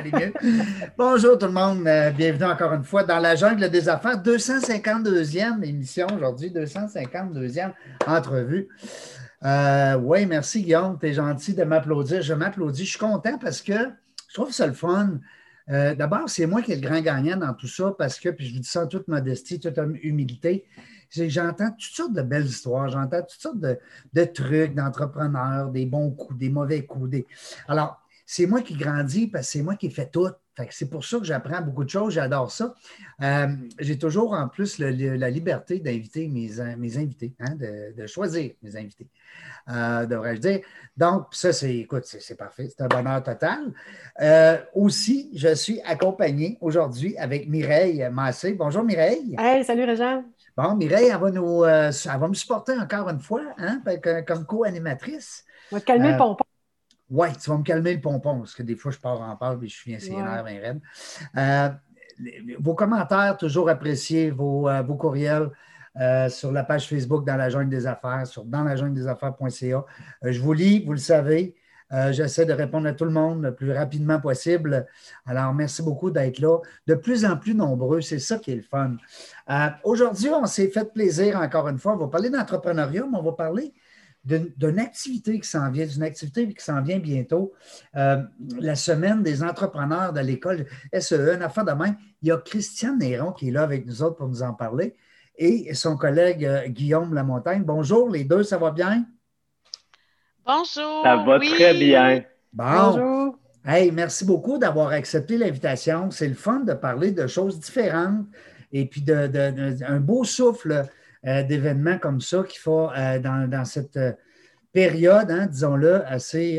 aller mieux. Bonjour tout le monde, bienvenue encore une fois dans la jungle des affaires, 252e émission aujourd'hui, 252e entrevue. Oui, merci Guillaume, tu es gentil de m'applaudir. Je m'applaudis, je suis content parce que je trouve ça le fun. D'abord, c'est moi qui est le grand gagnant dans tout ça parce que, puis je vous dis ça en toute modestie, toute humilité, j'entends toutes sortes de belles histoires, j'entends toutes sortes de trucs d'entrepreneurs, des bons coups, des mauvais coups. Alors, c'est moi qui grandis parce que c'est moi qui fais tout. Fait que c'est pour ça que j'apprends beaucoup de choses, j'adore ça. J'ai toujours en plus la liberté d'inviter mes invités, hein, de choisir mes invités, devrais-je dire. Donc, ça, écoute, c'est parfait, c'est un bonheur total. Aussi, je suis accompagné aujourd'hui avec Mireille Massé. Bonjour Mireille. Hey, salut Réjean. Bon, Mireille, elle va me supporter encore une fois, hein, comme co-animmatrice. On va te calmer le pompon. Oui, tu vas me calmer le pompon, parce que des fois, je pars en peur et je suis un Ouais. nerfs bien raide. Vos commentaires, toujours appréciés, vos courriels sur la page Facebook dans la jungle des affaires, sur danslajungledesaffaires.ca. Je vous lis, vous le savez. J'essaie de répondre à tout le monde le plus rapidement possible. Alors, merci beaucoup d'être là. De plus en plus nombreux, c'est ça qui est le fun. Aujourd'hui, on s'est fait plaisir encore une fois. On va parler d'entrepreneuriat, mais on va parler d'une activité qui s'en vient, d'une activité qui s'en vient bientôt. La semaine des entrepreneurs de l'école SEE, une affaire de même. Il y a Christiane Néron qui est là avec nous autres pour nous en parler et son collègue Guillaume Lamontagne. Bonjour les deux, ça va bien? Ça Bonjour, va très oui. bien. Bon. Bonjour. Hey, merci beaucoup d'avoir accepté l'invitation. C'est le fun de parler de choses différentes et puis un beau souffle d'événements comme ça qu'il faut dans cette période, hein, disons-le, assez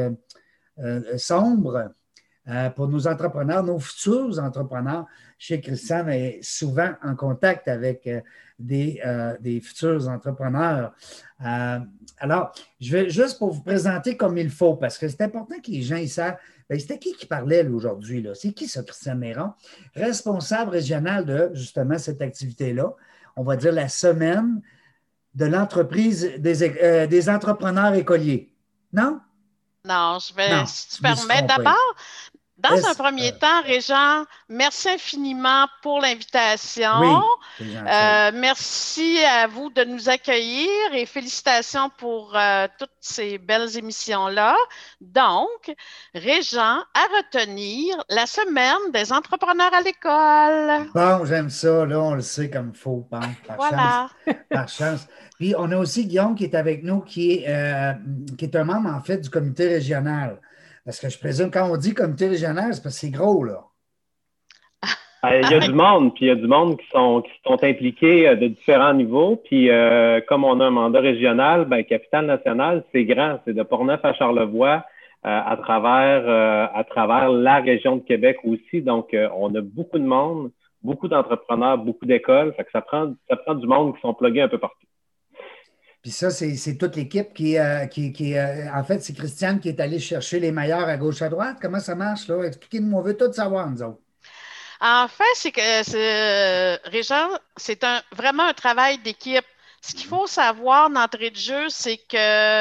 sombre pour nos entrepreneurs, nos futurs entrepreneurs. Je sais que Christiane est souvent en contact avec des futurs entrepreneurs. Alors, je vais juste pour vous présenter comme il faut, parce que c'est important que les gens ils savent. Bien, c'était qui parlait là, aujourd'hui? Là? C'est qui ça, Christiane Néron? Responsable régional de justement cette activité-là. On va dire la semaine de l'entreprise des entrepreneurs écoliers. Non? Non, je vais, Non, si tu je me suis permets, trompé. d'abord, dans un premier SE. temps, Régent, merci infiniment pour l'invitation. Oui, c'est gentil. Merci à vous de nous accueillir et félicitations pour toutes ces belles émissions-là. Donc, Régent, à retenir la semaine des entrepreneurs à l'école. Bon, j'aime ça. Là, on le sait comme il faut, bon, par chance. Voilà. Par chance. Puis, on a aussi Guillaume qui est avec nous, qui est un membre, en fait, du comité régional. Parce que je présume, quand on dit comité régional, c'est parce que c'est gros, là. Il y a du monde, puis il y a du monde qui sont impliqués de différents niveaux. Puis comme on a un mandat régional, ben, Capitale Nationale, c'est grand. C'est de Portneuf à Charlevoix à travers la région de Québec aussi. Donc, on a beaucoup de monde, beaucoup d'entrepreneurs, beaucoup d'écoles. Fait que ça prend du monde qui sont plugués un peu partout. Puis ça, c'est toute l'équipe en fait, c'est Christiane qui est allée chercher les meilleurs à gauche, à droite. Comment ça marche, là? Expliquez-nous, on veut tout savoir, nous autres. En fait, Régent, c'est vraiment un travail d'équipe. Ce qu'il faut savoir d'entrée de jeu, c'est que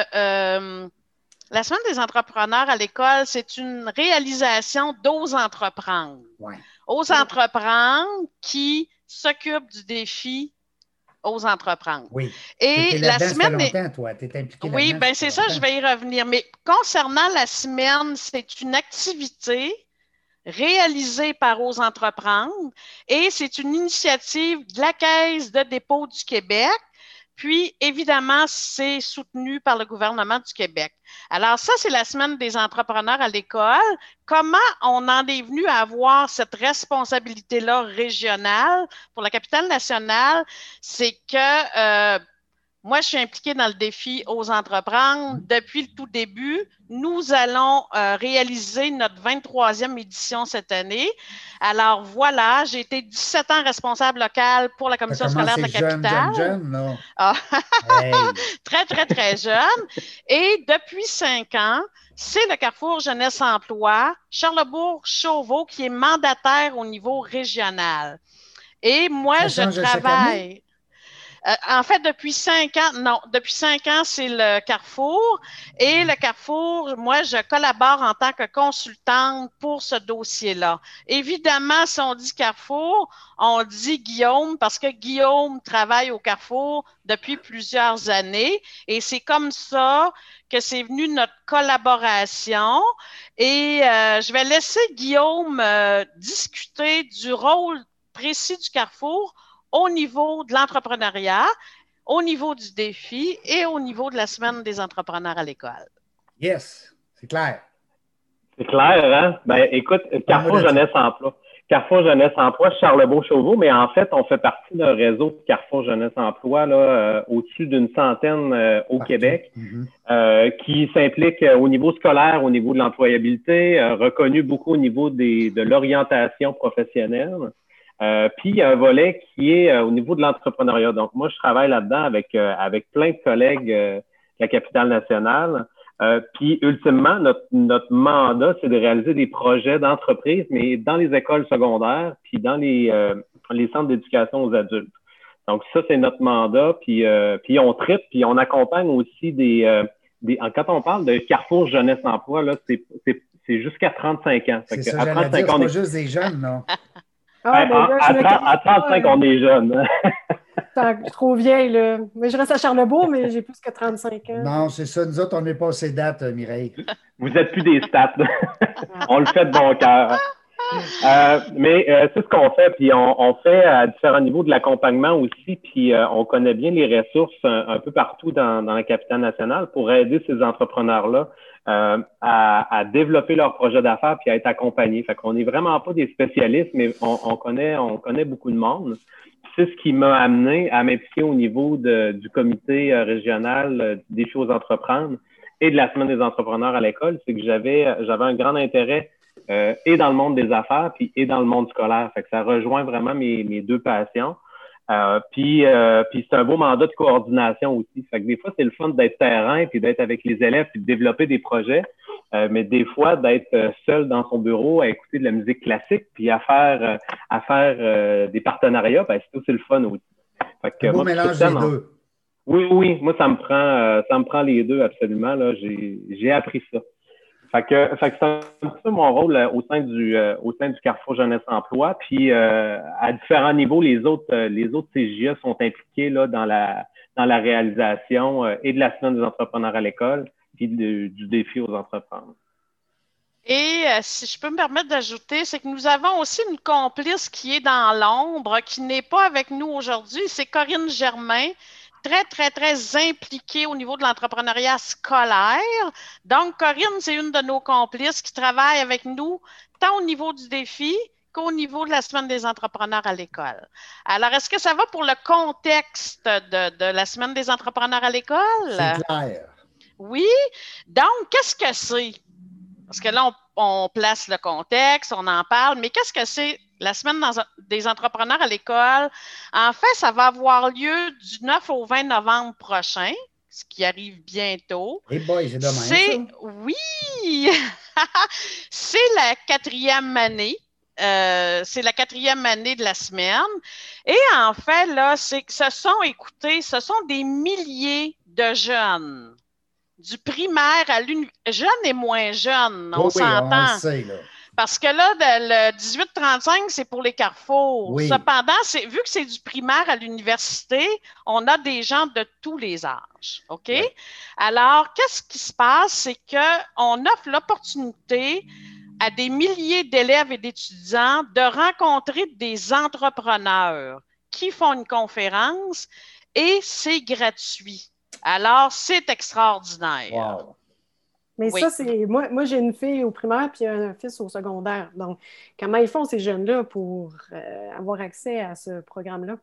la Semaine des entrepreneurs à l'école, c'est une réalisation d'Ose entreprendre. Ouais. Ose entreprendre qui s'occupe du défi Ose entreprendre. Oui. Tu Et étais la là-dedans, ça fait semaine des... longtemps, toi. Tu étais impliqué Oui, là-dedans, bien ça c'est fait ça, je longtemps. vais y revenir. Mais concernant la semaine, c'est une activité réalisée par Ose entreprendre et c'est une initiative de la Caisse de dépôt du Québec. Puis, évidemment, c'est soutenu par le gouvernement du Québec. Alors, ça, c'est la semaine des entrepreneurs à l'école. Comment on en est venu à avoir cette responsabilité-là régionale pour la capitale nationale? C'est que moi, je suis impliquée dans le défi Ose entreprendre. Depuis le tout début, nous allons réaliser notre 23e édition cette année. Alors voilà, j'ai été 17 ans responsable local pour la Tu as commission scolaire de commencé la jeune, capitale. jeune, jeune, là. Ah, Hey! très, très, très jeune. Et depuis 5 ans, c'est le Carrefour Jeunesse Emploi, Charlebourg-Chauveau, qui est mandataire au niveau régional. Et moi, Ça je change à chaque année? travaille. En fait, depuis 5 ans, non, depuis 5 ans, c'est le Carrefour. Et le Carrefour, moi, je collabore en tant que consultante pour ce dossier-là. Évidemment, si on dit Carrefour, on dit Guillaume parce que Guillaume travaille au Carrefour depuis plusieurs années. Et c'est comme ça que c'est venu notre collaboration. Et je vais laisser Guillaume discuter du rôle précis du Carrefour au niveau de l'entrepreneuriat, au niveau du défi et au niveau de la semaine des entrepreneurs à l'école. Yes, c'est clair. C'est clair, hein? Ben, écoute, Carrefour Jeunesse Emploi. Carrefour Jeunesse Emploi, Charlebourg-Chauveau, mais en fait, on fait partie d'un réseau de Carrefour Jeunesse Emploi là, au-dessus d'une centaine au Partout. Québec, qui s'implique au niveau scolaire, au niveau de l'employabilité, reconnu beaucoup au niveau de l'orientation professionnelle. Puis il y a un volet qui est au niveau de l'entrepreneuriat. Donc, moi, je travaille là-dedans avec plein de collègues de la capitale nationale. Puis, ultimement, notre mandat, c'est de réaliser des projets d'entreprise, mais dans les écoles secondaires, puis dans les centres d'éducation aux adultes. Donc, ça, c'est notre mandat. Puis on tripe, puis on accompagne aussi quand on parle de Carrefour Jeunesse Emploi, là, c'est jusqu'à 35 ans. C'est ça, j'allais dire, c'est pas juste des jeunes, non? À 35, on est jeunes. Trop vieille, là. Mais je reste à Charlebourg, mais j'ai plus que 35 ans. Non, c'est ça. Nous autres, on n'est pas ces dates, Mireille. Vous n'êtes plus des stats. On le fait de bon cœur. Mais c'est ce qu'on fait. Puis on fait à différents niveaux de l'accompagnement aussi. Puis on connaît bien les ressources un peu partout dans la capitale nationale pour aider ces entrepreneurs-là à développer leur projet d'affaires puis à être accompagnés. Fait qu'on n'est vraiment pas des spécialistes, mais on connaît beaucoup de monde. C'est ce qui m'a amené à m'impliquer au niveau du comité régional des choses à entreprendre et de la semaine des entrepreneurs à l'école. C'est que j'avais un grand intérêt et dans le monde des affaires puis et dans le monde scolaire. Fait que ça rejoint vraiment mes deux passions. Puis c'est un beau mandat de coordination aussi. Fait que des fois, c'est le fun d'être terrain puis d'être avec les élèves puis de développer des projets. Mais des fois, d'être seul dans son bureau à écouter de la musique classique puis à faire des partenariats, ben, c'est le fun aussi. Fait que, un beau mélange des deux. Oui. Moi, ça me prend les deux absolument. Là. J'ai appris ça. Fait que c'est un peu mon rôle au sein du Carrefour Jeunesse Emploi. Puis à différents niveaux, les autres CJA sont impliqués là, dans la réalisation et de la semaine des entrepreneurs à l'école, puis du défi aux entrepreneurs. Et si je peux me permettre d'ajouter, c'est que nous avons aussi une complice qui est dans l'ombre, qui n'est pas avec nous aujourd'hui. C'est Corinne Germain, très, très, très impliquée au niveau de l'entrepreneuriat scolaire. Donc, Corinne, c'est une de nos complices qui travaille avec nous tant au niveau du défi qu'au niveau de la semaine des entrepreneurs à l'école. Alors, est-ce que ça va pour le contexte de la semaine des entrepreneurs à l'école? C'est clair. Oui. Donc, qu'est-ce que c'est? Parce que là, on place le contexte, on en parle, mais qu'est-ce que c'est la semaine des entrepreneurs à l'école? En fait, ça va avoir lieu du 9 au 20 novembre prochain, ce qui arrive bientôt. Hey boy, c'est dommage. Oui! C'est la 4e année. C'est la 4e année de la semaine. Et en fait, là, ce sont des milliers de jeunes. Du primaire à l'université, jeunes et moins jeunes, on s'entend. On le sait, là. Parce que là, le 18-35, c'est pour les carrefours. Oui. Cependant, vu que c'est du primaire à l'université, on a des gens de tous les âges. OK? Oui. Alors, qu'est-ce qui se passe? C'est qu'on offre l'opportunité à des milliers d'élèves et d'étudiants de rencontrer des entrepreneurs qui font une conférence et c'est gratuit. Alors, c'est extraordinaire. Wow. Mais ça, c'est. Moi, j'ai une fille au primaire puis un fils au secondaire. Donc, comment ils font ces jeunes-là pour avoir accès à ce programme-là?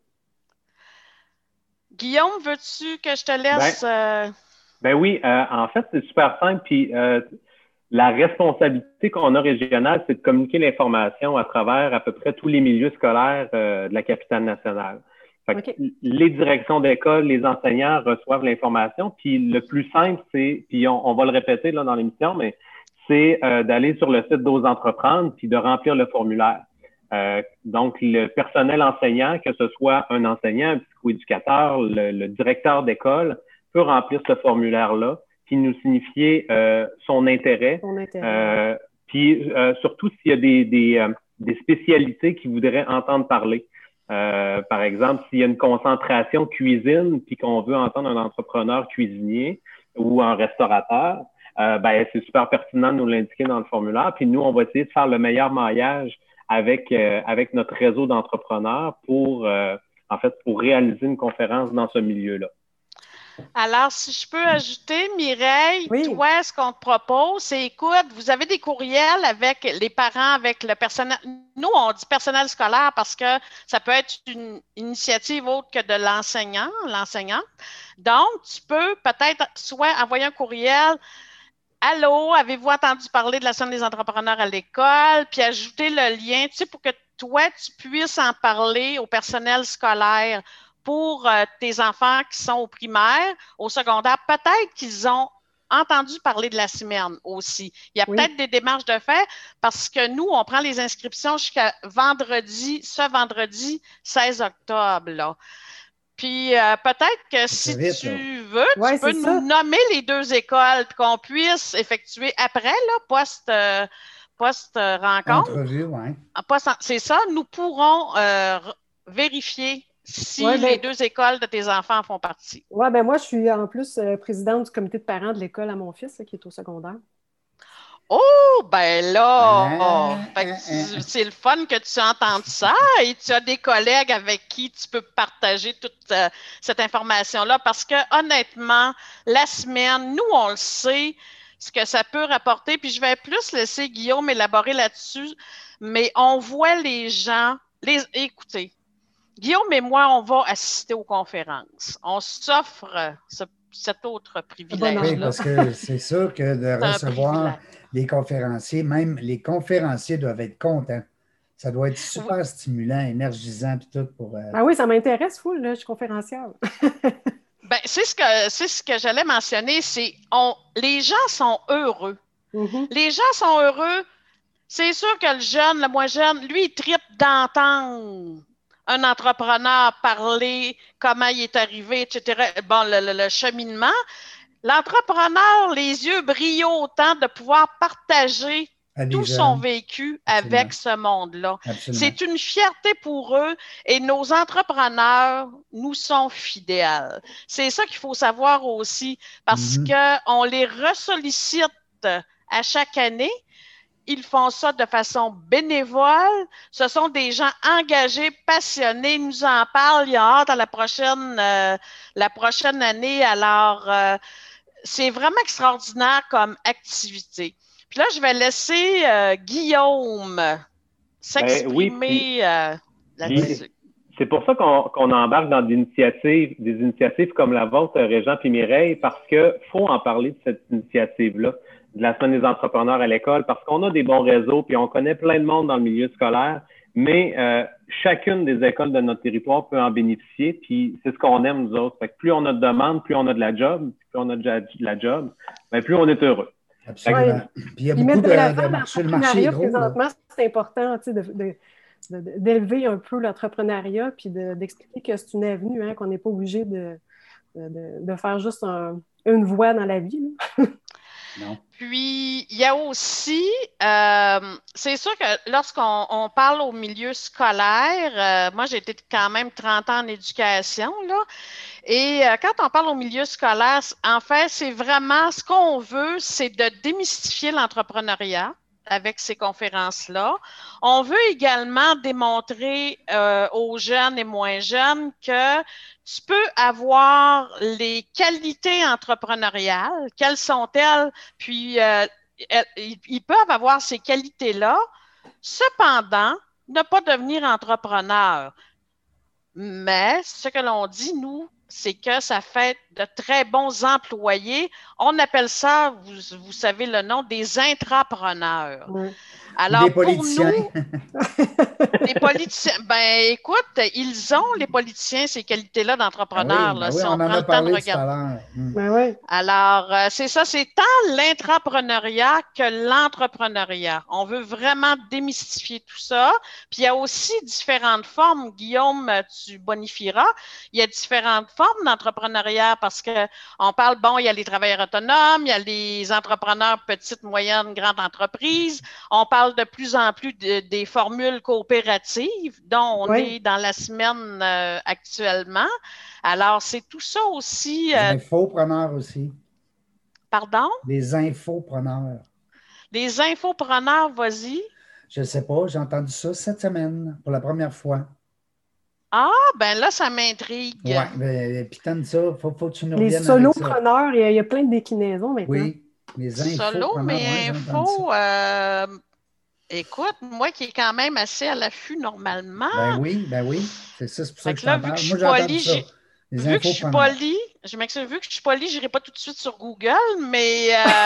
Guillaume, veux-tu que je te laisse? Ben oui, en fait, c'est super simple. Puis la responsabilité qu'on a régionale, c'est de communiquer l'information à travers à peu près tous les milieux scolaires de la capitale nationale. Fait que les directions d'école, les enseignants reçoivent l'information. Puis le plus simple, puis on va le répéter là dans l'émission, mais c'est d'aller sur le site d'Ose Entreprendre puis de remplir le formulaire. Donc, le personnel enseignant, que ce soit un enseignant, un psychoéducateur, le directeur d'école, peut remplir ce formulaire-là, puis nous signifier son intérêt. Puis surtout s'il y a des spécialités qu'il voudrait entendre parler. Par exemple, s'il y a une concentration cuisine, puis qu'on veut entendre un entrepreneur cuisinier ou un restaurateur, c'est super pertinent de nous l'indiquer dans le formulaire. Puis nous, on va essayer de faire le meilleur maillage avec notre réseau d'entrepreneurs pour réaliser une conférence dans ce milieu-là. Alors, si je peux ajouter, Mireille, toi, ce qu'on te propose, c'est, écoute, vous avez des courriels avec les parents, avec le personnel. Nous, on dit personnel scolaire parce que ça peut être une initiative autre que de l'enseignante. Donc, tu peux peut-être soit envoyer un courriel. Allô, avez-vous entendu parler de la Semaine des entrepreneurs à l'école? Puis ajouter le lien, pour que toi, tu puisses en parler au personnel scolaire pour tes enfants qui sont au primaire, au secondaire. Peut-être qu'ils ont entendu parler de la semaine aussi. Il y a peut-être des démarches de faire parce que nous, on prend les inscriptions jusqu'à ce vendredi 16 octobre. Là. Puis peut-être que si tu veux, tu peux nous nommer les 2 écoles et qu'on puisse effectuer après, là, post-rencontre. Entrevue, oui. C'est ça, nous pourrons vérifier si les 2 écoles de tes enfants font partie. Oui, moi, je suis en plus présidente du comité de parents de l'école à mon fils, qui est au secondaire. Oh, c'est le fun que tu entendes ça et tu as des collègues avec qui tu peux partager toute cette information-là parce que honnêtement, la semaine, nous, on le sait, ce que ça peut rapporter, puis je vais plus laisser Guillaume élaborer là-dessus, mais on voit les gens, écoutez, Guillaume et moi, on va assister aux conférences. On s'offre cet autre privilège-là. Oui, parce que c'est sûr que de recevoir des conférenciers, même les conférenciers doivent être contents. Ça doit être super stimulant, énergisant, puis tout pour... Ah oui, ça m'intéresse, full, là, je suis conférencière. C'est ce que j'allais mentionner, c'est les gens sont heureux. Mm-hmm. Les gens sont heureux. C'est sûr que le moins jeune, lui, il tripe d'entendre un entrepreneur parler, comment il est arrivé, etc. Bon, le cheminement. L'entrepreneur, les yeux brillent autant de pouvoir partager tout son vécu avec ce monde-là. Absolument. C'est une fierté pour eux et nos entrepreneurs nous sont fidèles. C'est ça qu'il faut savoir aussi parce qu'on les ressollicite à chaque année. Ils font ça de façon bénévole. Ce sont des gens engagés, passionnés. Ils nous en parlent. Il y a hâte à la prochaine année. Alors, c'est vraiment extraordinaire comme activité. Puis là, je vais laisser Guillaume s'exprimer là-dessus. C'est pour ça qu'on embarque dans des initiatives comme la vôtre, Régent et Mireille, parce qu'il faut en parler de cette initiative-là, de la Semaine des entrepreneurs à l'école, parce qu'on a des bons réseaux, puis on connaît plein de monde dans le milieu scolaire, mais chacune des écoles de notre territoire peut en bénéficier, puis c'est ce qu'on aime, nous autres. Fait que plus on a de demandes, plus on a de la job, plus on a de la job, plus on est heureux. Absolument. Puis il y a beaucoup de marché. Le marché est gros. Présentement, c'est important d'élever un peu l'entrepreneuriat puis d'expliquer que c'est une avenue, qu'on n'est pas obligé de faire juste une voie dans la vie. Non. Puis, il y a aussi, c'est sûr que lorsqu'on parle au milieu scolaire, moi, j'ai été quand même 30 ans en éducation, là, et quand on parle au milieu scolaire, en fait, c'est vraiment ce qu'on veut, c'est de démystifier l'entrepreneuriat avec ces conférences-là. On veut également démontrer aux jeunes et moins jeunes que tu peux avoir les qualités entrepreneuriales. Quelles sont-elles? Puis, ils peuvent avoir ces qualités-là. Cependant, ne pas devenir entrepreneur. Mais ce que l'on dit, nous, c'est que ça fait de très bons employés. On appelle ça, vous savez le nom, des intrapreneurs. Ouais. Alors, Des politiciens. pour nous, les politiciens, ben écoute, ils ont, les politiciens, ces qualités-là d'entrepreneurs, Ben oui, si on on en prend a le temps de parlé tout à regarder. l'heure. Ben oui. Alors, c'est ça, c'est tant l'intrapreneuriat que l'entrepreneuriat. On veut vraiment démystifier tout ça. Puis, il y a aussi différentes formes. Guillaume, tu bonifieras. Il y a différentes formes d'entrepreneuriat parce qu'on parle, bon, il y a les travailleurs autonomes, il y a les entrepreneurs petites, moyennes, grandes entreprises. On parle de plus en plus des formules coopératives dont on est dans la semaine actuellement. Alors, c'est tout ça aussi. Les infopreneurs aussi. Pardon? Les infopreneurs. Les infopreneurs, vas-y. Je ne sais pas, j'ai entendu ça cette semaine pour la première fois. Ah, ben là, ça m'intrigue. Oui, ben, puis t'aimes ça, il faut que tu nous Les reviennes avec ça. solopreneurs, il y a plein de déclinaisons maintenant. Oui, les infopreneurs. Solo, mais ouais, info, écoute, moi qui est quand même assez à l'affût normalement. Ben oui, c'est ça, c'est pour ça que je là, t'en parle. vu que Moi, je j'ai entendu ça. vu que je suis polie, je m'excuse, vu que je suis polie, je n'irai pas tout de suite sur Google, mais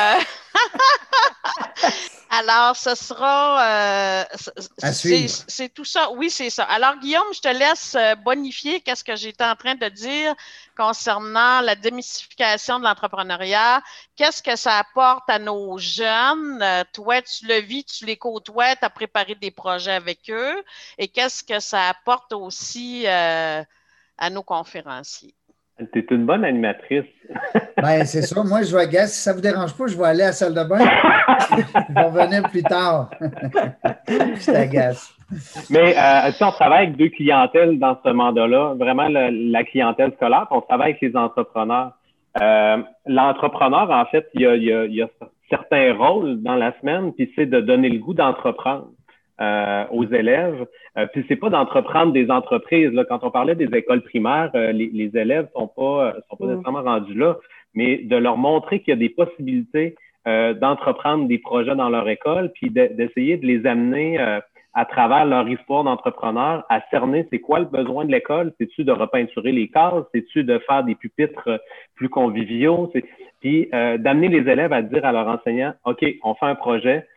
alors, ce sera c'est tout ça. Oui, c'est ça. Alors, Guillaume, je te laisse bonifier qu'est-ce que j'étais en train de dire concernant la démystification de l'entrepreneuriat. Qu'est-ce que ça apporte à nos jeunes? Toi, tu le vis, tu les côtoies, tu as préparé des projets avec eux. Et qu'est-ce que ça apporte aussi à nos conférenciers? Tu es une bonne animatrice. Ben, c'est ça. Moi, je vais gaz. Si ça ne vous dérange pas, je vais aller à la salle de bain. Je vais revenir plus tard. Je t'agace. Mais on travaille avec deux clientèles dans ce mandat-là. Vraiment, la clientèle scolaire, on travaille avec les entrepreneurs. L'entrepreneur, en fait, il y a certains rôles dans la semaine, puis c'est de donner le goût d'entreprendre aux élèves. Puis c'est pas d'entreprendre des entreprises. Là. Quand on parlait des écoles primaires, les élèves sont pas nécessairement rendus là, mais de leur montrer qu'il y a des possibilités d'entreprendre des projets dans leur école, puis d'essayer de les amener à travers leur histoire d'entrepreneur à cerner c'est quoi le besoin de l'école. C'est-tu de repeinturer les cases? C'est-tu de faire des pupitres plus conviviaux? Puis d'amener les élèves à dire à leur enseignant, OK, on fait un projet.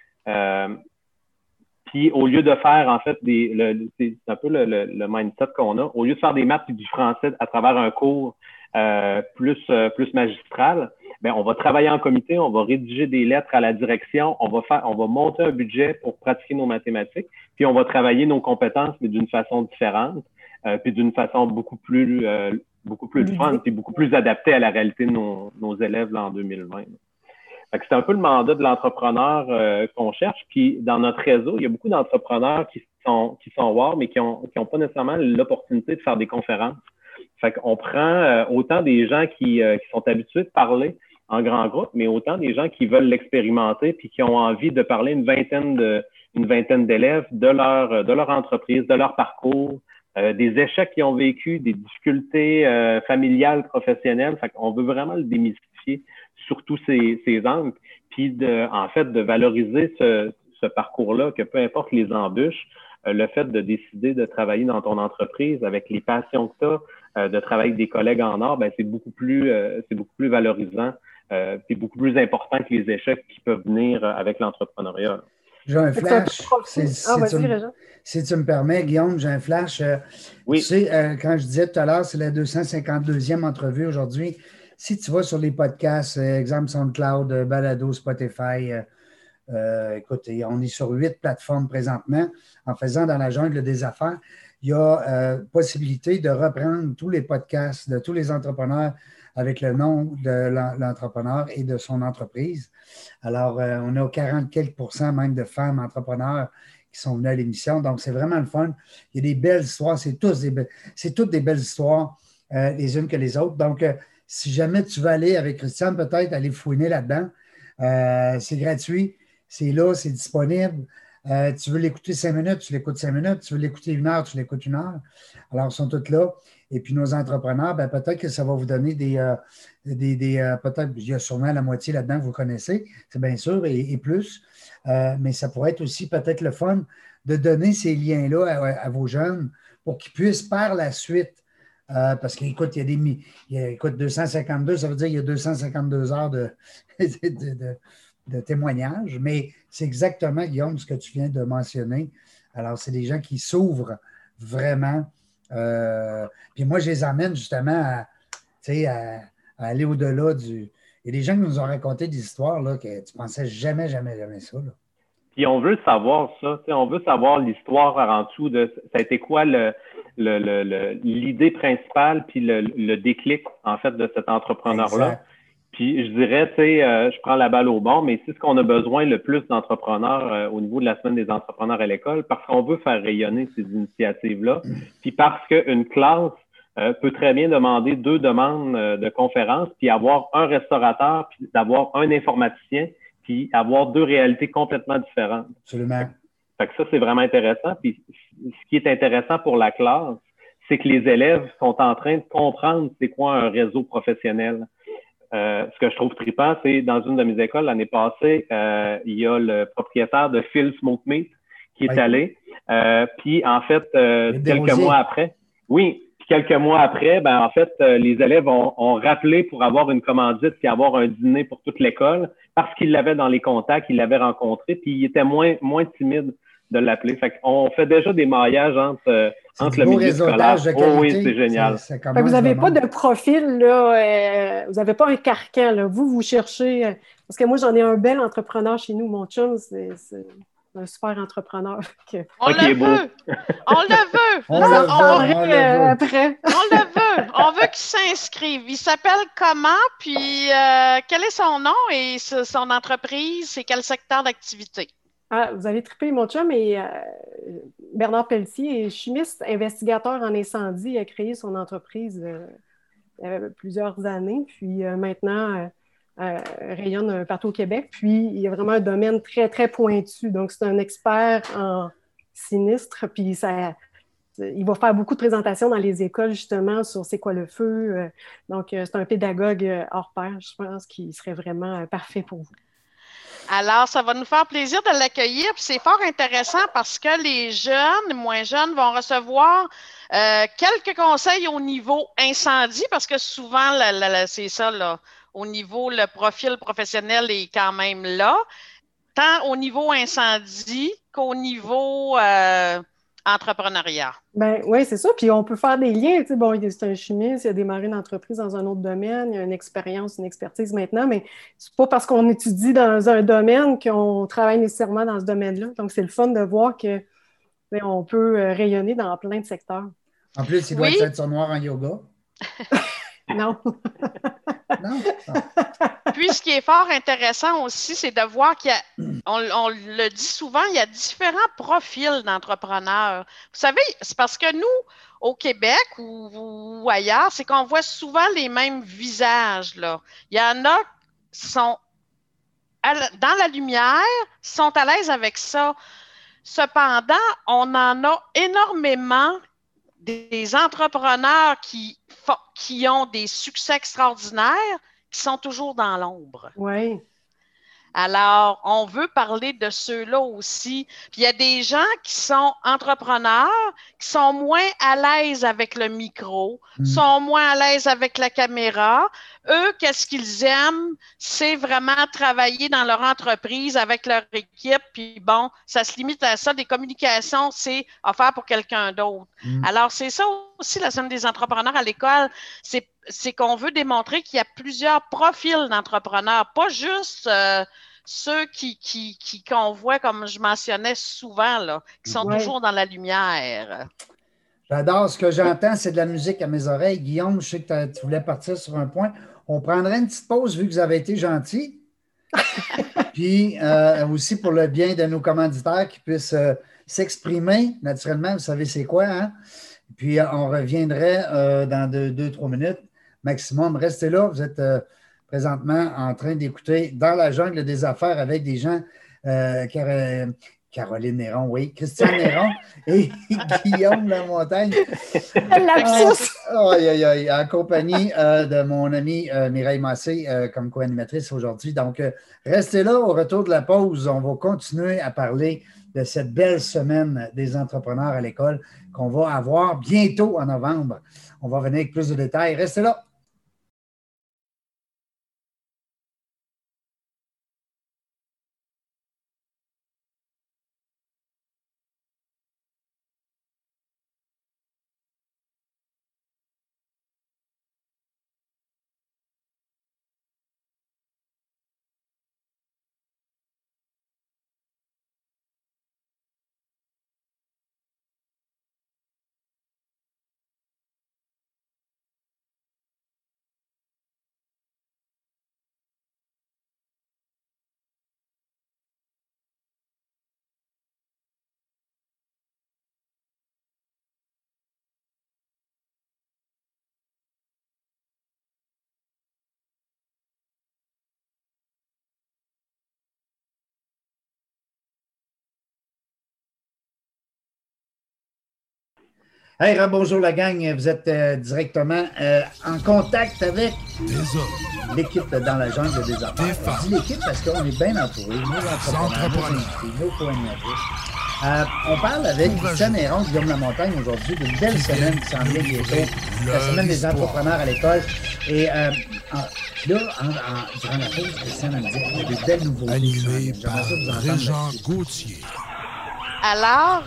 Puis au lieu de faire, en fait, c'est un peu le mindset qu'on a, au lieu de faire des maths et du français à travers un cours plus magistral, ben on va travailler en comité, on va rédiger des lettres à la direction, on va monter un budget pour pratiquer nos mathématiques, puis on va travailler nos compétences, mais d'une façon différente, puis d'une façon beaucoup plus fun, puis beaucoup plus adaptée à la réalité de nos élèves là, en 2020. C'est un peu le mandat de l'entrepreneur qu'on cherche. Puis dans notre réseau, il y a beaucoup d'entrepreneurs qui sont wow, mais qui ont pas nécessairement l'opportunité de faire des conférences. Fait qu'on prend autant des gens qui sont habitués de parler en grand groupe, mais autant des gens qui veulent l'expérimenter puis qui ont envie de parler une vingtaine d'élèves de leur entreprise, de leur parcours, des échecs qu'ils ont vécu, des difficultés familiales, professionnelles. Fait qu'on veut vraiment le démystifier sur tous ces angles, puis en fait de valoriser ce parcours-là, que peu importe les embûches, le fait de décider de travailler dans ton entreprise avec les passions que tu as, de travailler avec des collègues en or, ben c'est beaucoup plus valorisant, puis beaucoup plus important que les échecs qui peuvent venir avec l'entrepreneuriat. J'ai un flash. Si tu me permets, Guillaume, j'ai un flash. Oui. Tu sais, quand je disais tout à l'heure, c'est la 252e entrevue aujourd'hui. Si tu vas sur les podcasts, exemple SoundCloud, Balado, Spotify, écoute, on est sur 8 plateformes présentement. En faisant dans la jungle des affaires, il y a possibilité de reprendre tous les podcasts de tous les entrepreneurs avec le nom de l'entrepreneur et de son entreprise. Alors, on a 40 quelques % même de femmes entrepreneurs qui sont venues à l'émission. Donc, c'est vraiment le fun. Il y a des belles histoires. C'est toutes des belles histoires, les unes que les autres. Donc, si jamais tu veux aller avec Christiane, peut-être aller fouiner là-dedans, c'est gratuit, c'est là, c'est disponible. Tu veux l'écouter 5 minutes, tu l'écoutes 5 minutes. Tu veux l'écouter 1 heure, tu l'écoutes 1 heure. Alors, ils sont toutes là. Et puis, nos entrepreneurs, ben, peut-être que ça va vous donner peut-être, il y a sûrement la moitié là-dedans que vous connaissez, c'est bien sûr, et plus. Mais ça pourrait être aussi peut-être le fun de donner ces liens-là à vos jeunes pour qu'ils puissent par la suite Parce qu'écoute, écoute, 252, ça veut dire qu'il y a 252 heures de témoignages, mais c'est exactement, Guillaume, ce que tu viens de mentionner. Alors, c'est des gens qui s'ouvrent vraiment. Puis moi, je les amène justement à aller au-delà du... Il y a des gens qui nous ont raconté des histoires là, que tu pensais jamais ça. Là. Puis on veut savoir ça, on veut savoir l'histoire en dessous de ça a été quoi l'idée principale puis le déclic en fait de cet entrepreneur-là. Exact. Puis je dirais, je prends la balle au bon, mais c'est ce qu'on a besoin le plus d'entrepreneurs au niveau de la semaine des entrepreneurs à l'école, parce qu'on veut faire rayonner ces initiatives-là. Puis parce qu'une classe peut très bien demander 2 demandes de conférences, puis avoir un restaurateur, puis d'avoir un informaticien, puis avoir 2 réalités complètement différentes. Absolument. Fait que ça, c'est vraiment intéressant. Puis ce qui est intéressant pour la classe, c'est que les élèves sont en train de comprendre c'est quoi un réseau professionnel. Ce que je trouve trippant, c'est dans une de mes écoles l'année passée, il y a le propriétaire de Phil Smoke Meat qui est allé. Puis en fait, quelques mois après, en fait, les élèves ont rappelé pour avoir une commandite puis avoir un dîner pour toute l'école parce qu'ils l'avaient dans les contacts, ils l'avaient rencontré, puis ils étaient moins timides de l'appeler. Fait qu'on fait déjà des maillages entre le milieu scolaire. Oh oui, c'est génial. Vous n'avez pas de profil, là, vous n'avez pas un carcan. Là. Vous cherchez... parce que moi, j'en ai un bel entrepreneur chez nous. Mon chum, c'est un super entrepreneur. On le veut! On le veut! On le veut! On veut qu'il s'inscrive. Il s'appelle comment? Puis quel est son nom et son entreprise? C'est quel secteur d'activité? Ah, vous avez trippé, mon chum, et Bernard Pelletier est chimiste, investigateur en incendie. Il a créé son entreprise il y a plusieurs années, puis maintenant rayonne partout au Québec. Puis il y a vraiment un domaine très, très pointu. Donc, c'est un expert en sinistre, puis il va faire beaucoup de présentations dans les écoles, justement, sur c'est quoi le feu. Donc, c'est un pédagogue hors pair, je pense, qui serait vraiment parfait pour vous. Alors, ça va nous faire plaisir de l'accueillir. Puis c'est fort intéressant parce que les jeunes, moins jeunes, vont recevoir quelques conseils au niveau incendie, parce que souvent, c'est ça, là, au niveau, le profil professionnel est quand même là, tant au niveau incendie qu'au niveau entrepreneuriat. Ben oui, c'est ça. Puis on peut faire des liens. Tu sais, bon, c'est un chimiste, il a démarré une entreprise dans un autre domaine, il y a une expérience, une expertise maintenant, mais c'est pas parce qu'on étudie dans un domaine qu'on travaille nécessairement dans ce domaine-là. Donc, c'est le fun de voir que on peut rayonner dans plein de secteurs. En plus, il doit être ceinture noire en yoga. Non. Non? Puis, ce qui est fort intéressant aussi, c'est de voir on le dit souvent, il y a différents profils d'entrepreneurs. Vous savez, c'est parce que nous, au Québec ou ailleurs, c'est qu'on voit souvent les mêmes visages, là. Il y en a qui sont dans la lumière, sont à l'aise avec ça. Cependant, on en a énormément des entrepreneurs qui ont des succès extraordinaires, qui sont toujours dans l'ombre. Oui. Alors, on veut parler de ceux-là aussi. Puis il y a des gens qui sont entrepreneurs, qui sont moins à l'aise avec le micro, sont moins à l'aise avec la caméra. Eux, qu'est-ce qu'ils aiment? C'est vraiment travailler dans leur entreprise avec leur équipe. Puis bon, ça se limite à ça. Des communications, c'est à faire pour quelqu'un d'autre. Alors, c'est ça aussi la semaine des entrepreneurs à l'école. C'est qu'on veut démontrer qu'il y a plusieurs profils d'entrepreneurs, pas juste ceux qu'on voit, comme je mentionnais souvent, là, qui sont toujours dans la lumière. J'adore. Ce que j'entends, c'est de la musique à mes oreilles. Guillaume, je sais que tu voulais partir sur un point. On prendrait une petite pause vu que vous avez été gentils. Puis aussi pour le bien de nos commanditaires qui puissent s'exprimer naturellement. Vous savez c'est quoi, hein? Puis on reviendrait dans 2-3 minutes maximum. Restez là. Vous êtes présentement en train d'écouter Dans la jungle des affaires avec des gens Caroline Néron, oui. Christiane Néron et Guillaume Lamontagne. En compagnie de mon amie Mireille Massé comme co-animatrice aujourd'hui. Donc, restez là. Au retour de la pause, on va continuer à parler de cette belle semaine des entrepreneurs à l'école qu'on va avoir bientôt en novembre. On va venir avec plus de détails. Restez là. Hey, bonjour la gang, vous êtes directement en contact avec l'équipe dans la jungle des affaires. Je dis l'équipe parce qu'on est bien entouré, nos entrepreneurs, nos invités, nos co-animatrices. On parle avec Christiane Néron, Guillaume Lamontagne aujourd'hui d'une belle semaine qui s'en vient bientôt, la semaine des entrepreneurs à l'école. Et là, durant la pause, Christiane a dit qu'il y a des belles nouveautés. Animé par Régent Gauthier. Alors,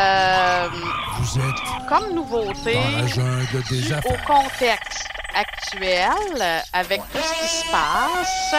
Vous êtes comme nouveauté, dans la jungle des dû au affaires. contexte actuel, avec tout ce qui se passe,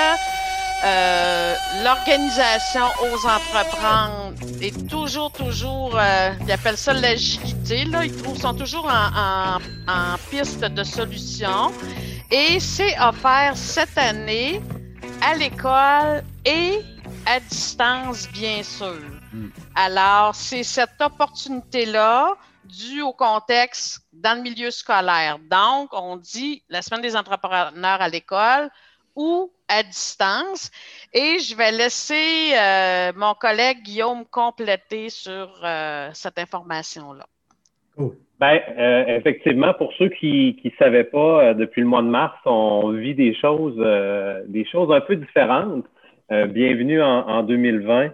l'organisation aux entreprendre est toujours, ils appellent ça l'agilité, là, sont toujours en piste de solution. Et c'est offert cette année à l'école et à distance, bien sûr. Alors, c'est cette opportunité-là due au contexte dans le milieu scolaire. Donc, on dit la semaine des entrepreneurs à l'école ou à distance. Et je vais laisser mon collègue Guillaume compléter sur cette information-là. Cool. Ben, effectivement, pour ceux qui ne savaient pas, depuis le mois de mars, on vit des choses un peu différentes. Bienvenue en 2020.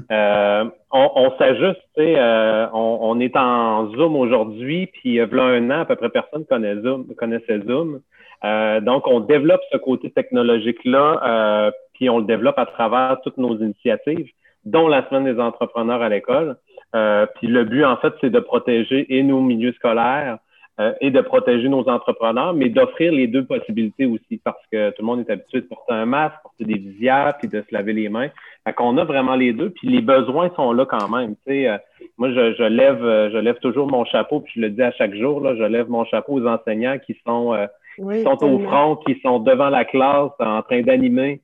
On s'ajuste, on est en Zoom aujourd'hui, puis il y a un an, à peu près personne connaissait Zoom. Donc, on développe ce côté technologique-là, puis on le développe à travers toutes nos initiatives, dont la Semaine des entrepreneurs à l'école. Puis le but, en fait, c'est de protéger et nos milieux scolaires et de protéger nos entrepreneurs, mais d'offrir les deux possibilités aussi, parce que tout le monde est habitué de porter un masque, porter des visières, puis de se laver les mains. Fait qu'on a vraiment les deux, puis les besoins sont là quand même. Moi, je lève toujours mon chapeau, puis je le dis à chaque jour, là, je lève mon chapeau aux enseignants qui sont au front, qui sont devant la classe en train d'animer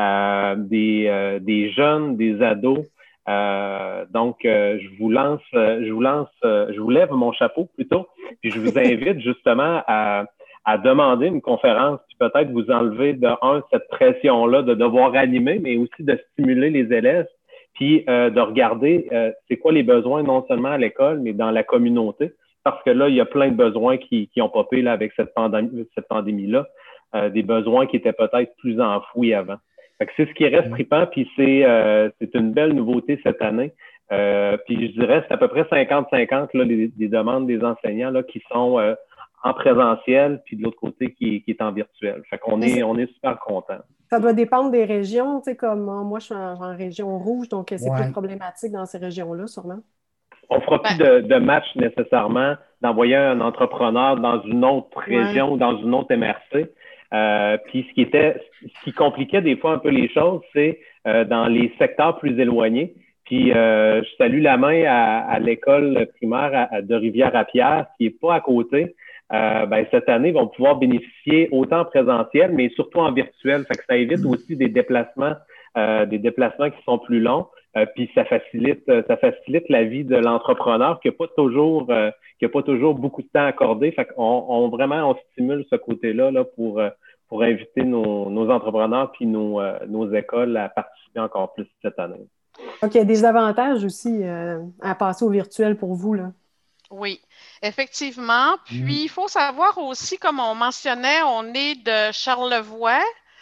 des jeunes, des ados. Donc, je vous lève mon chapeau plutôt, puis je vous invite justement à demander une conférence, puis peut-être vous enlever cette pression-là de devoir animer, mais aussi de stimuler les élèves, puis de regarder c'est quoi les besoins non seulement à l'école, mais dans la communauté, parce que là, il y a plein de besoins qui ont popé là, avec cette pandémie-là, des besoins qui étaient peut-être plus enfouis avant. Fait que c'est ce qui reste trippant, puis c'est une belle nouveauté cette année. Puis je dirais c'est à peu près 50-50 là, les demandes des enseignants là, qui sont en présentiel, puis de l'autre côté qui est en virtuel. Fait qu'on est super contents. Ça doit dépendre des régions, tu sais, comme moi je suis en région rouge, donc c'est plus problématique dans ces régions-là, sûrement. On ne fera plus de match nécessairement d'envoyer un entrepreneur dans une autre région ou dans une autre MRC. Puis ce qui compliquait des fois un peu les choses, c'est dans les secteurs plus éloignés. Puis je salue la main à l'école primaire de Rivière-à-Pierre, qui n'est pas à côté. Cette année, ils vont pouvoir bénéficier autant en présentiel, mais surtout en virtuel. Fait que ça évite aussi des déplacements qui sont plus longs. Puis ça facilite la vie de l'entrepreneur qui n'a pas toujours beaucoup de temps accordé. Fait qu'on on stimule ce côté-là là, pour inviter nos entrepreneurs puis nos écoles à participer encore plus cette année. Donc, il y a des avantages aussi à passer au virtuel pour vous, là. Oui, effectivement. Puis, il faut savoir aussi, comme on mentionnait, on est de Charlevoix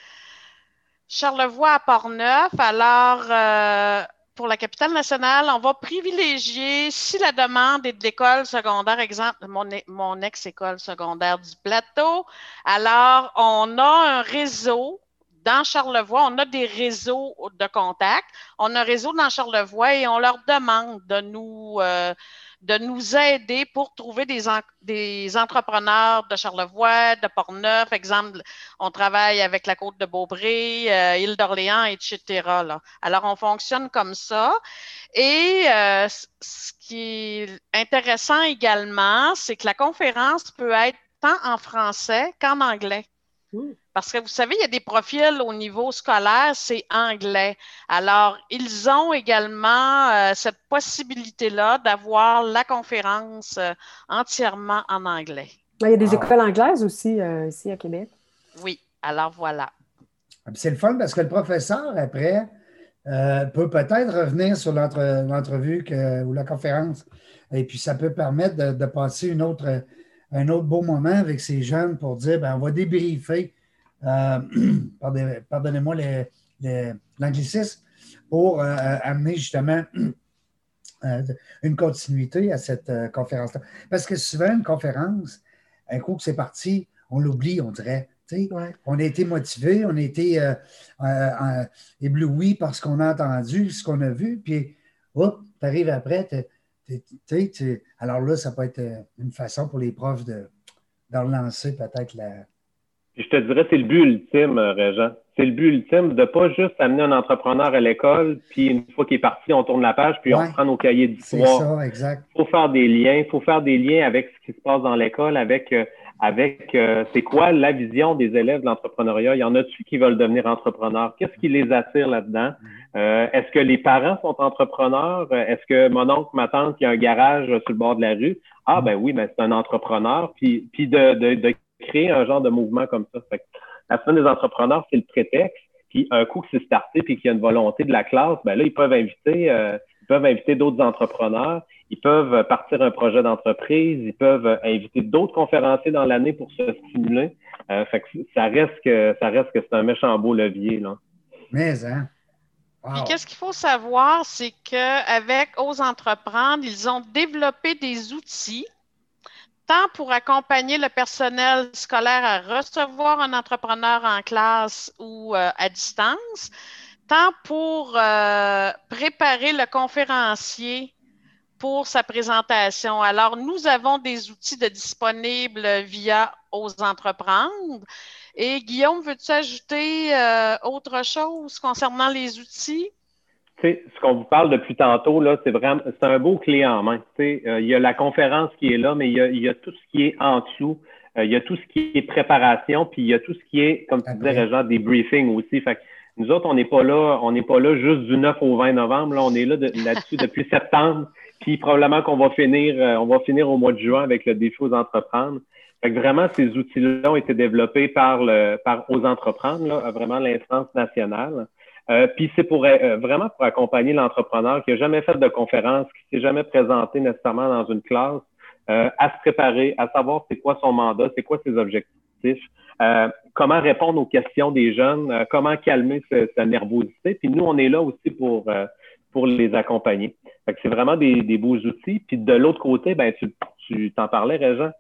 à Portneuf. Alors, pour la capitale nationale, on va privilégier, si la demande est de l'école secondaire, exemple, mon ex-école secondaire du Plateau, alors on a un réseau dans Charlevoix, on a des réseaux de contacts. On a un réseau dans Charlevoix et on leur demande de nous aider pour trouver des entrepreneurs de Charlevoix, de Portneuf. Exemple, on travaille avec la Côte de Beaupré, Île d'Orléans, etc. Là. Alors, on fonctionne comme ça. Et ce qui est intéressant également, c'est que la conférence peut être tant en français qu'en anglais. Parce que vous savez, il y a des profils au niveau scolaire, c'est anglais. Alors, ils ont également cette possibilité-là d'avoir la conférence entièrement en anglais. Il y a des écoles anglaises aussi ici à Québec. Oui, alors voilà. C'est le fun parce que le professeur, après, peut peut-être revenir sur l'entrevue ou la conférence. Et puis, ça peut permettre de passer un autre beau moment avec ces jeunes pour dire, on va débriefer, pardonnez-moi l'anglicisme, pour amener justement une continuité à cette conférence-là. Parce que souvent, une conférence, un coup que c'est parti, on l'oublie, on dirait. Ouais. On a été motivés, on a été éblouis par ce qu'on a entendu, ce qu'on a vu, puis tu arrives après, alors là, ça peut être une façon pour les profs de relancer peut-être la... Je te dirais, c'est le but ultime, Régent. C'est le but ultime de ne pas juste amener un entrepreneur à l'école, puis une fois qu'il est parti, on tourne la page, puis on prend nos cahiers d'histoire. C'est ça, exact. Il faut faire des liens, avec ce qui se passe dans l'école, avec c'est quoi la vision des élèves de l'entrepreneuriat. Il y en a-tu qui veulent devenir entrepreneurs? Qu'est-ce qui les attire là-dedans? Est-ce que les parents sont entrepreneurs? Est-ce que mon oncle, ma tante, qui a un garage sur le bord de la rue? Ah, ben oui, c'est un entrepreneur. Puis de créer un genre de mouvement comme ça. Fait que la semaine des entrepreneurs, c'est le prétexte. Puis un coup que c'est starté puis qu'il y a une volonté de la classe, là, ils peuvent inviter d'autres entrepreneurs. Ils peuvent partir un projet d'entreprise. Ils peuvent inviter d'autres conférenciers dans l'année pour se stimuler. Fait que ça reste que c'est un méchant beau levier, là. Mais, hein? Wow. Puis qu'est-ce qu'il faut savoir, c'est qu'avec Ose Entreprendre, ils ont développé des outils tant pour accompagner le personnel scolaire à recevoir un entrepreneur en classe ou à distance, tant pour préparer le conférencier pour sa présentation. Alors, nous avons des outils disponibles via Ose Entreprendre. Et Guillaume, veux-tu ajouter autre chose concernant les outils? Ce qu'on vous parle depuis tantôt, là, c'est un beau clé en main. Il y a la conférence qui est là, mais il y a tout ce qui est en dessous. Il y a tout ce qui est préparation, puis il y a tout ce qui est, comme tu disais, Régent, des briefings aussi. Fait que nous autres, on n'est pas là juste du 9 au 20 novembre. Là, on est là-dessus depuis septembre. Puis probablement qu'on va finir au mois de juin avec le défi aux entreprendre. Fait que vraiment, ces outils-là ont été développés par Ose Entreprendre, là, vraiment l'instance nationale. Puis c'est vraiment pour accompagner l'entrepreneur qui n'a jamais fait de conférence, qui ne s'est jamais présenté nécessairement dans une classe, à se préparer, à savoir c'est quoi son mandat, c'est quoi ses objectifs, comment répondre aux questions des jeunes, comment calmer sa nervosité. Puis nous, on est là aussi pour les accompagner. Fait que c'est vraiment des beaux outils. Puis de l'autre côté, tu t'en parlais, Régent,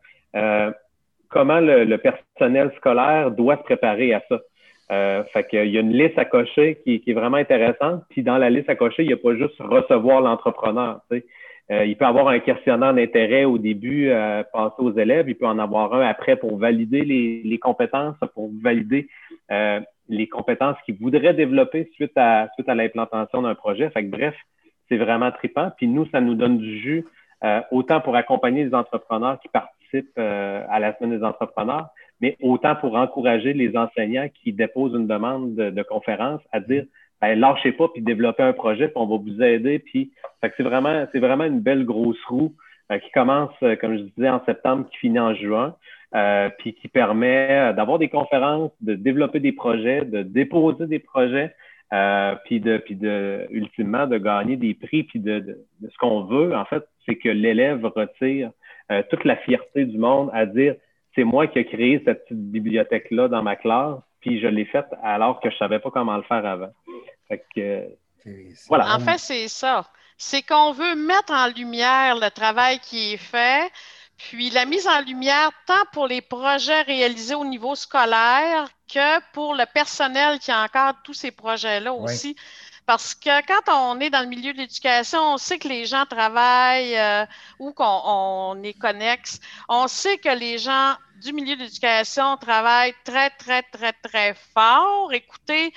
comment le personnel scolaire doit se préparer à ça. Fait qu'il y a une liste à cocher qui est vraiment intéressante. Puis dans la liste à cocher, il n'y a pas juste recevoir l'entrepreneur. Il peut avoir un questionnaire d'intérêt au début, passer aux élèves. Il peut en avoir un après pour valider les compétences, pour valider les compétences qu'il voudrait développer suite à l'implantation d'un projet. Fait que bref, c'est vraiment trippant. Puis nous, ça nous donne du jus, autant pour accompagner les entrepreneurs qui participent à la semaine des entrepreneurs, mais autant pour encourager les enseignants qui déposent une demande de conférence à dire lâchez pas puis développez un projet puis on va vous aider. Puis fait que c'est vraiment une belle grosse roue qui commence, comme je disais, en septembre, qui finit en juin, puis qui permet d'avoir des conférences, de développer des projets, de déposer des projets, ultimement de gagner des prix, puis de ce qu'on veut, en fait, c'est que l'élève retire toute la fierté du monde à dire c'est moi qui ai créé cette petite bibliothèque-là dans ma classe, puis je l'ai faite alors que je savais pas comment le faire avant. Fait que, voilà. En fait, c'est ça. C'est qu'on veut mettre en lumière le travail qui est fait, puis la mise en lumière tant pour les projets réalisés au niveau scolaire que pour le personnel qui encadre tous ces projets-là aussi. Parce que quand on est dans le milieu de l'éducation, on sait que les gens travaillent ou qu'on est connexe. On sait que les gens du milieu de l'éducation travaillent très, très, très, très fort. Écoutez,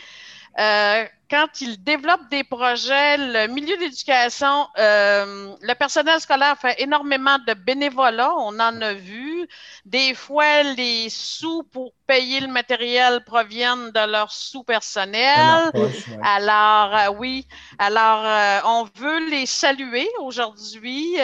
quand ils développent des projets, le milieu d'éducation, le personnel scolaire fait énormément de bénévolat, on en a vu. Des fois, les sous pour payer le matériel proviennent de leur sous-personnel. Alors, oui. Alors, on veut les saluer aujourd'hui,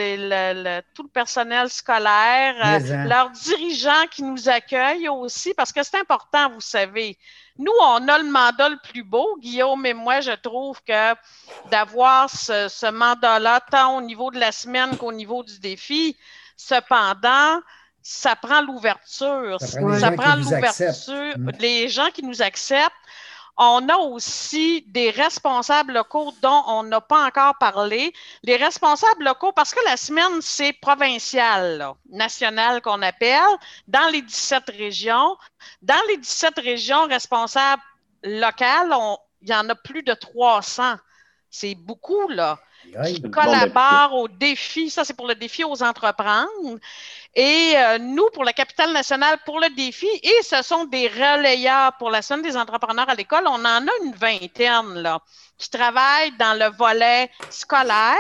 tout le personnel scolaire, leurs dirigeants qui nous accueillent aussi, parce que c'est important, vous savez. Nous, on a le mandat le plus beau, Guillaume et moi, je trouve que d'avoir ce mandat-là, tant au niveau de la semaine qu'au niveau du défi, cependant, ça prend l'ouverture. Ça prend l'ouverture, les gens qui nous acceptent. On a aussi des responsables locaux dont on n'a pas encore parlé. Les responsables locaux, parce que la semaine, c'est provincial, là, national qu'on appelle, dans les 17 régions. Dans les 17 régions responsables locales, il y en a plus de 300. C'est beaucoup, là, qui collaborent au défi. Ça, c'est pour le défi aux entreprendre. Et nous, pour la capitale nationale, pour le défi, et ce sont des relayeurs pour la Semaine des entrepreneurs à l'école, on en a une vingtaine là, qui travaillent dans le volet scolaire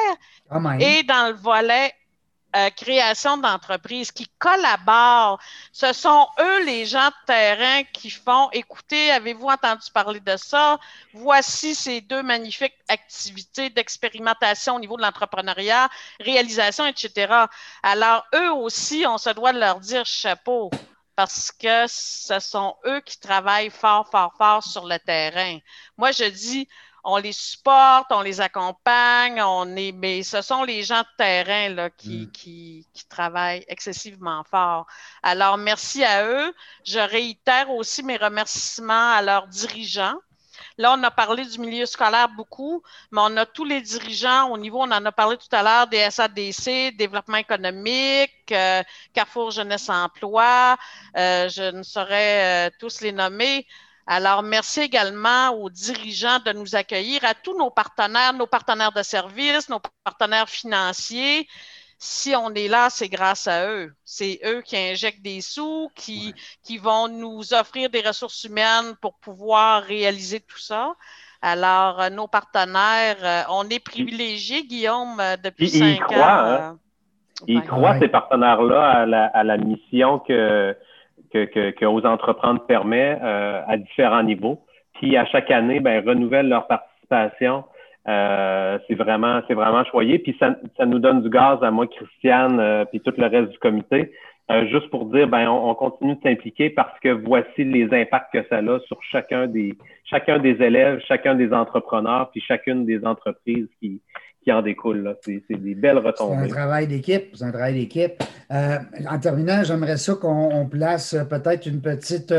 et dans le volet création d'entreprises, qui collaborent. Ce sont eux, les gens de terrain, qui font « Écoutez, avez-vous entendu parler de ça? Voici ces 2 magnifiques activités d'expérimentation au niveau de l'entrepreneuriat, réalisation, etc. » Alors, eux aussi, on se doit de leur dire chapeau, parce que ce sont eux qui travaillent fort, fort, fort sur le terrain. Moi, je dis, on les supporte, on les accompagne, mais ce sont les gens de terrain là, qui travaillent excessivement fort. Alors, merci à eux. Je réitère aussi mes remerciements à leurs dirigeants. Là, on a parlé du milieu scolaire beaucoup, mais on a tous les dirigeants au niveau, on en a parlé tout à l'heure, des SADC, Développement économique, Carrefour Jeunesse Emploi, je ne saurais tous les nommer. Alors, merci également aux dirigeants de nous accueillir, à tous nos partenaires de services, nos partenaires financiers. Si on est là, c'est grâce à eux. C'est eux qui injectent des sous, qui vont nous offrir des ressources humaines pour pouvoir réaliser tout ça. Alors, nos partenaires, on est privilégiés, Guillaume, depuis 5 ans. Hein? Ils croient, ces partenaires-là, à la mission que aux entreprendre permet à différents niveaux. Puis à chaque année, renouvellent leur participation. C'est vraiment choyé. Puis ça nous donne du gaz à moi, Christiane, puis tout le reste du comité. Juste pour dire, on continue de s'impliquer parce que voici les impacts que ça a sur chacun des élèves, chacun des entrepreneurs, puis chacune des entreprises qui en découlent. Là. C'est des belles retombées. C'est un travail d'équipe. En terminant, j'aimerais ça qu'on place peut-être une petite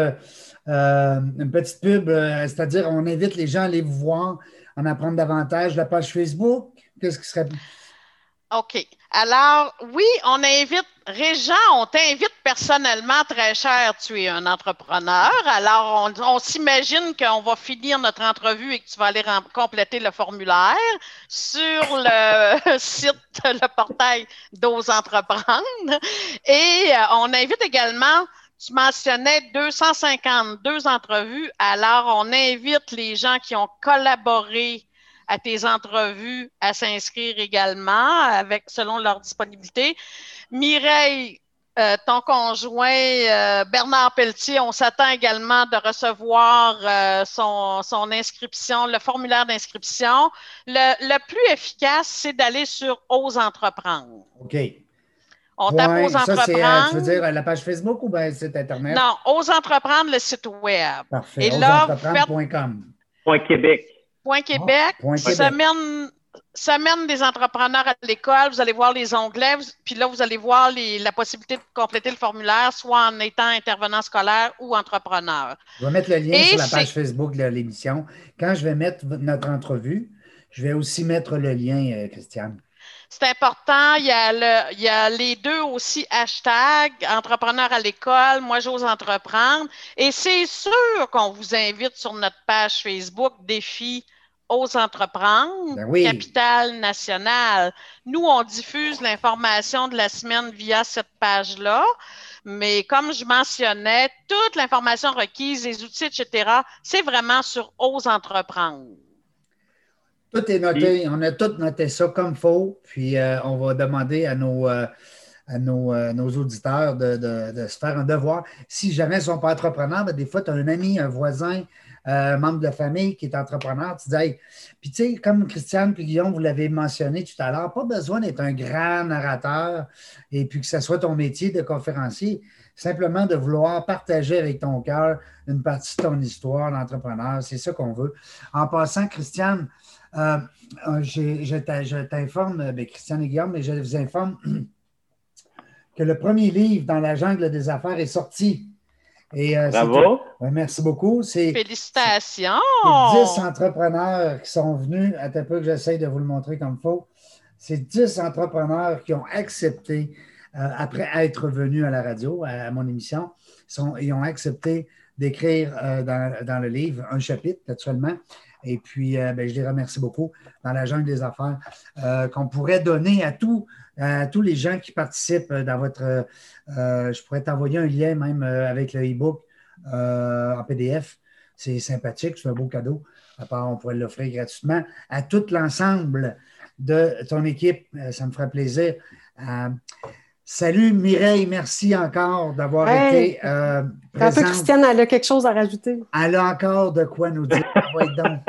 pub, c'est-à-dire on invite les gens à aller vous voir, en apprendre davantage. La page Facebook, qu'est-ce qui serait... OK. Alors, oui, on invite, Régent, on t'invite personnellement, très cher, tu es un entrepreneur. Alors, on s'imagine qu'on va finir notre entrevue et que tu vas aller compléter le formulaire sur le site, le portail d'Ose Entreprendre. Et on invite également, tu mentionnais 252 entrevues. Alors, on invite les gens qui ont collaboré à tes entrevues à s'inscrire également selon leur disponibilité. Mireille, ton conjoint Bernard Pelletier, on s'attend également de recevoir son inscription, le formulaire d'inscription. Le plus efficace, c'est d'aller sur Ose Entreprendre. OK. On tape Ose Entreprendre. Tu veux dire la page Facebook ou bien le site Internet? Non, Ose Entreprendre, le site web. Parfait. Et là, oseentreprendre.com. Point Québec. Point Québec. Point Québec. Semaine des entrepreneurs à l'école. Vous allez voir les onglets. Puis là, vous allez voir la possibilité de compléter le formulaire, soit en étant intervenant scolaire ou entrepreneur. Je vais mettre le lien sur la page Facebook de l'émission. Quand je vais mettre notre entrevue, je vais aussi mettre le lien, Christiane. C'est important. Il y a les deux aussi hashtags, entrepreneurs à l'école, moi j'ose entreprendre. Et c'est sûr qu'on vous invite sur notre page Facebook Défi Ose entreprendre, Ben oui. Capitale nationale. Nous, on diffuse l'information de la semaine via cette page-là. Mais comme je mentionnais, toute l'information requise, les outils, etc., c'est vraiment sur Ose entreprendre. Tout est noté. On a tout noté ça comme il faut. Puis, on va demander à nos auditeurs de se faire un devoir. Si jamais ils ne sont pas entrepreneurs, ben, des fois, tu as un ami, un voisin, membre de la famille qui est entrepreneur. Tu dis, hey. Puis, tu sais, comme Christiane et Guillaume, vous l'avez mentionné tout à l'heure, pas besoin d'être un grand narrateur et puis que ce soit ton métier de conférencier. Simplement de vouloir partager avec ton cœur une partie de ton histoire d'entrepreneur. C'est ça qu'on veut. En passant, Christiane, je t'informe, Christiane et Guillaume, mais je vous informe que le premier livre dans la jungle des affaires est sorti. Et, bravo! Merci beaucoup. Félicitations! C'est 10 entrepreneurs qui sont venus, à tel peu que j'essaie de vous le montrer comme il faut. C'est 10 entrepreneurs qui ont accepté, après être venus à la radio, à mon émission, ils ont accepté d'écrire dans le livre un chapitre, naturellement. Et puis, je les remercie beaucoup dans la jungle des affaires qu'on pourrait donner à tous les gens qui participent dans votre... je pourrais t'envoyer un lien même avec le e-book en PDF. C'est sympathique, c'est un beau cadeau. À part, on pourrait l'offrir gratuitement à tout l'ensemble de ton équipe. Ça me ferait plaisir. Salut Mireille, merci encore d'avoir été présente. Un peu Christiane, elle a quelque chose à rajouter. Elle a encore de quoi nous dire. Donc.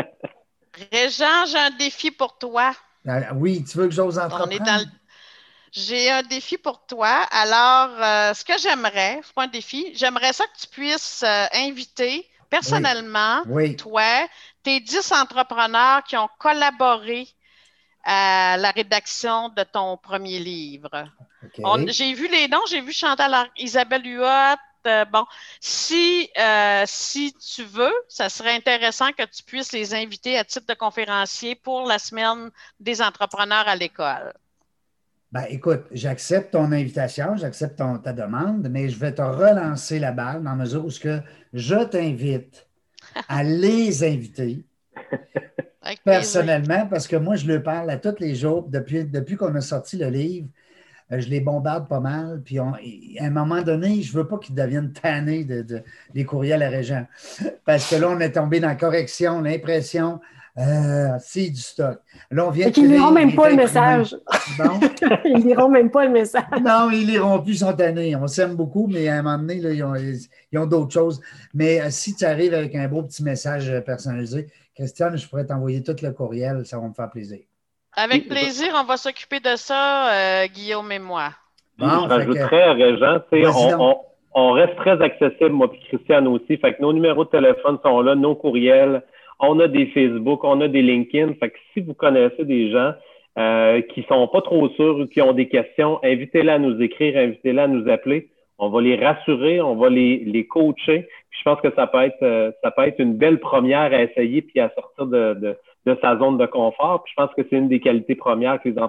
Régent, j'ai un défi pour toi. Oui, tu veux que j'ose entreprendre? J'ai un défi pour toi. Alors, ce que j'aimerais, c'est pas un défi, j'aimerais ça que tu puisses inviter personnellement, toi, tes 10 entrepreneurs qui ont collaboré à la rédaction de ton premier livre. Okay. J'ai vu les noms, j'ai vu Chantal, Isabelle Huot. Bon, si tu veux, ça serait intéressant que tu puisses les inviter à titre de conférencier pour la semaine des entrepreneurs à l'école. Ben, écoute, j'accepte ton invitation, j'accepte ta demande, mais je vais te relancer la balle dans la mesure où je t'invite à les inviter. Personnellement, parce que moi, je le parle à tous les jours. Depuis qu'on a sorti le livre, je les bombarde pas mal. Puis, à un moment donné, je ne veux pas qu'ils deviennent tannés des courriels à Régent. Parce que là, on est tombé dans la correction, l'impression. C'est du stock. Là, on vient ils ne liront même pas le message. Bon. Ils ne liront même pas le message. Non, ils ne liront plus, ils sont tannés. On s'aime beaucoup, mais à un moment donné, là, ils ont d'autres choses. Mais si tu arrives avec un beau petit message personnalisé, Christiane, je pourrais t'envoyer tout le courriel, ça va me faire plaisir. Avec plaisir, on va s'occuper de ça, Guillaume et moi. Bon, je rajouterais, Régent, on reste très accessible, moi et Christiane aussi. Fait que nos numéros de téléphone sont là, nos courriels. On a des Facebook, on a des LinkedIn. Fait que si vous connaissez des gens qui sont pas trop sûrs ou qui ont des questions, invitez-les à nous écrire, invitez-les à nous appeler. On va les rassurer, on va les coacher. Puis je pense que ça peut être une belle première à essayer puis à sortir de sa zone de confort. Puis je pense que c'est une des qualités premières que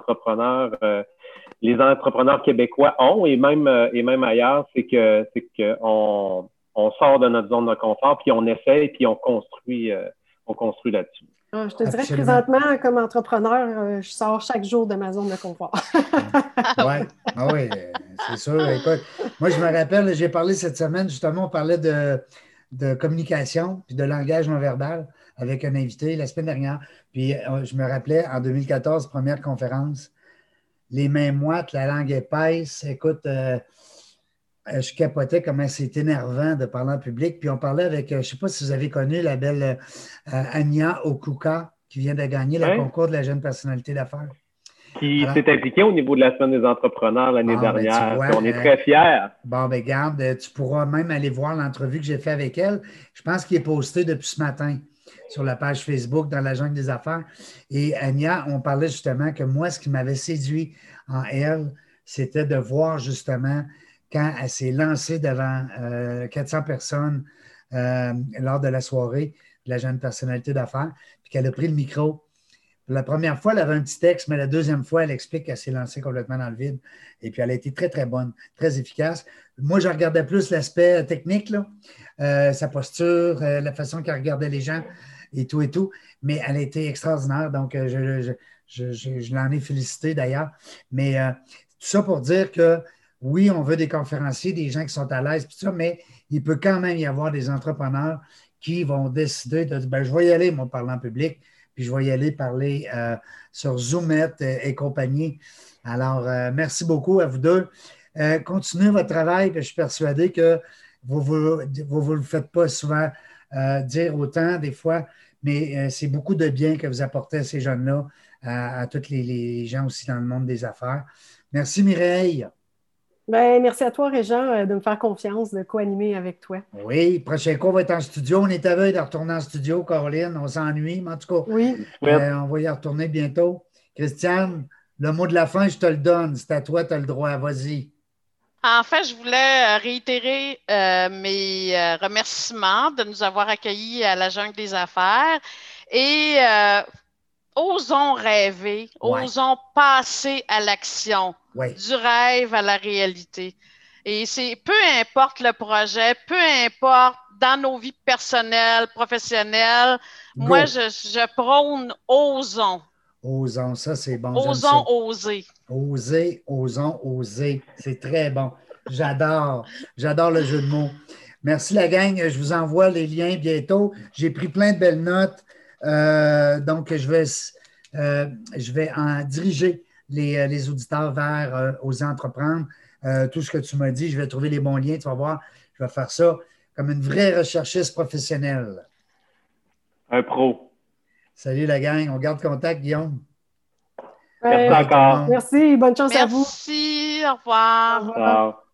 les entrepreneurs québécois ont et même ailleurs, c'est que on sort de notre zone de confort puis on essaye puis on construit là-dessus. Je te dirais que présentement, comme entrepreneur, je sors chaque jour de ma zone de confort. Oui, c'est sûr. Écoute, moi, je me rappelle, j'ai parlé cette semaine, justement, on parlait de communication puis de langage non verbal avec un invité la semaine dernière. Puis je me rappelais, en 2014, première conférence, les mains moites, la langue épaisse. Écoute, je capotais comment c'est énervant de parler en public. Puis on parlait avec, je ne sais pas si vous avez connu la belle Anya Okuka, qui vient de gagner le concours de la jeune personnalité d'affaires. Qui s'est impliquée au niveau de la semaine des entrepreneurs l'année dernière. Ben, on est très fiers. Bon, ben garde, tu pourras même aller voir l'entrevue que j'ai faite avec elle. Je pense qu'il est posté depuis ce matin. sur la page Facebook dans la jungle des affaires. Et Anya, on parlait justement que moi, ce qui m'avait séduit en elle, c'était de voir justement quand elle s'est lancée devant 400 personnes lors de la soirée de la jeune personnalité d'affaires, puis qu'elle a pris le micro. La première fois, elle avait un petit texte, mais la deuxième fois, elle explique qu'elle s'est lancée complètement dans le vide. Et puis, elle a été très, très bonne, très efficace. Moi, je regardais plus l'aspect technique, là, sa posture, la façon qu'elle regardait les gens et tout. Mais elle a été extraordinaire. Donc, je l'en ai félicité d'ailleurs. Mais tout ça pour dire que oui, on veut des conférenciers, des gens qui sont à l'aise, tout ça, mais il peut quand même y avoir des entrepreneurs qui vont décider de dire, ben, je vais y aller, moi, parler en public, puis je vais y aller parler sur Zoomet et compagnie. Alors, merci beaucoup à vous deux. Continuez votre travail, puis je suis persuadé que vous ne le faites pas souvent dire autant des fois, mais c'est beaucoup de bien que vous apportez à ces jeunes-là, à tous les gens aussi dans le monde des affaires. Merci Mireille. Ben, merci à toi, Régent, de me faire confiance, de co-animer avec toi. Oui, prochain coup, on va être en studio. On est à veille de retourner en studio, Caroline. On s'ennuie, mais en tout cas, Oui. on va y retourner bientôt. Christiane, le mot de la fin, je te le donne. C'est à toi, tu as le droit. Vas-y. En fait, je voulais réitérer mes remerciements de nous avoir accueillis à la Jungle des affaires et osons rêver, Ouais. osons passer à l'action, Ouais. du rêve à la réalité. Et c'est peu importe le projet, peu importe dans nos vies personnelles, professionnelles, Go. moi, je prône osons. Osons, ça c'est bon. Osons oser. Oser, osons, oser. C'est très bon. J'adore le jeu de mots. Merci la gang. Je vous envoie les liens bientôt. J'ai pris plein de belles notes. Donc, je vais en diriger les auditeurs vers Oser entreprendre. Tout ce que tu m'as dit, je vais trouver les bons liens. Tu vas voir, je vais faire ça comme une vraie recherchiste professionnelle. Un pro. Salut la gang. On garde contact, Guillaume. Merci encore. Merci. Bonne chance à vous. Merci. Au revoir. Au revoir. Ciao.